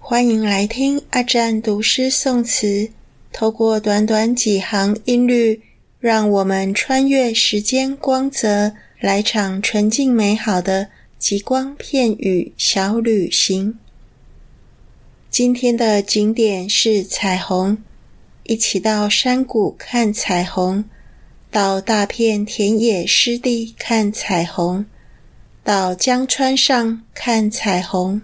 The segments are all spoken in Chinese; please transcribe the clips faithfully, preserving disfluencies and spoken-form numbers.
欢迎来听阿占读诗宋词，透过短短几行音律，让我们穿越时间光泽，来场纯净美好的极光片语小旅行。今天的景点是彩虹，一起到山谷看彩虹，到大片田野湿地看彩虹，到江川上看彩虹。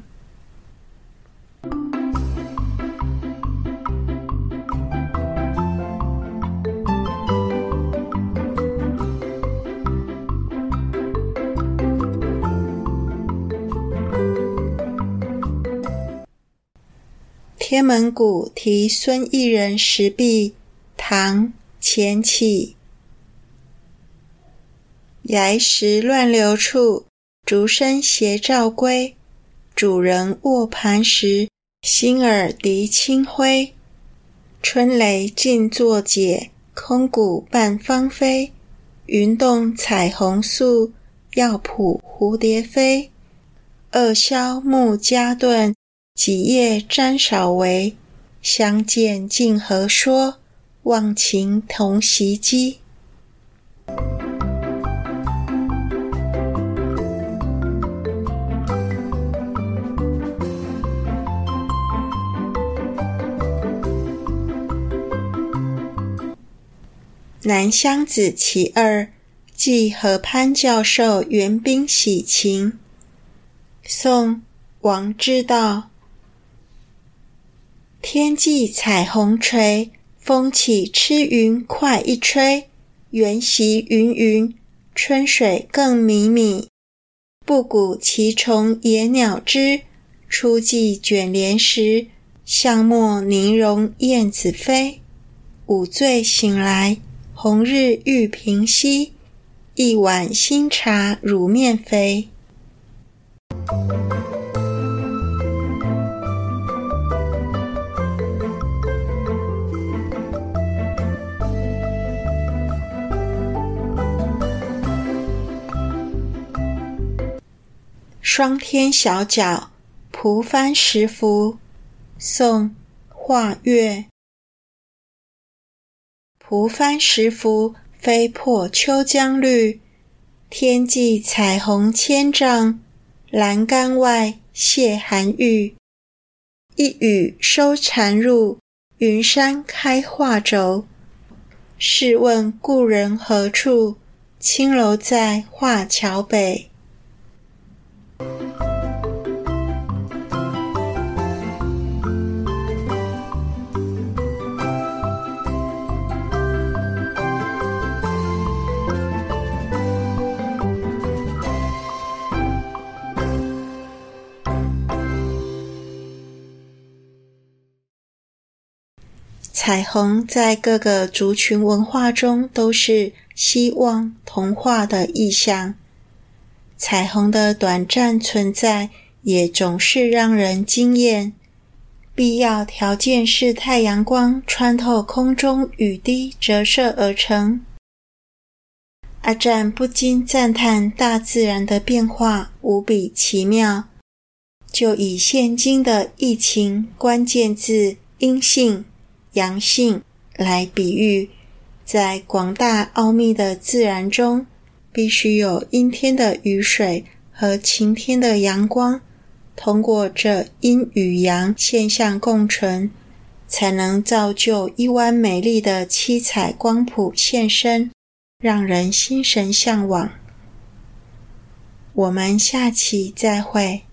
天门谷题孙异人石壁，唐·钱起。崖石乱流处，竹声斜照归。主人卧磐石，星耳敌清辉。春雷尽作解，空谷半芳菲。云动彩虹宿，药圃蝴蝶飞。二萧木家顿，几叶沾少为。相见尽何说，忘情同席机。南乡子其二，记河畔教授元宾喜情。宋·王之道。天际彩虹垂，风起痴云快一吹。缘袭云云，春水更靡靡。布谷其虫野鸟之，初季卷帘时，巷陌凝容燕子飞。午醉醒来，红日欲平西。一碗新茶乳面肥。霜天小角，蒲帆石浮。宋·华岳。蒲帆石浮，飞破秋江绿。天际彩虹千丈，栏杆外谢寒玉。一雨收蝉入，云山开画轴。试问故人何处？青楼在画桥北。彩虹在各个族群文化中都是希望、童话的意象。彩虹的短暂存在也总是让人惊艳，必要条件是太阳光穿透空中雨滴折射而成。阿占不禁赞叹大自然的变化无比奇妙，就以现今的疫情关键字阴性、阳性来比喻，在广大奥秘的自然中，必须有阴天的雨水和晴天的阳光，通过这阴与阳现象共存，才能造就一湾美丽的七彩光谱现身，让人心神向往。我们下期再会。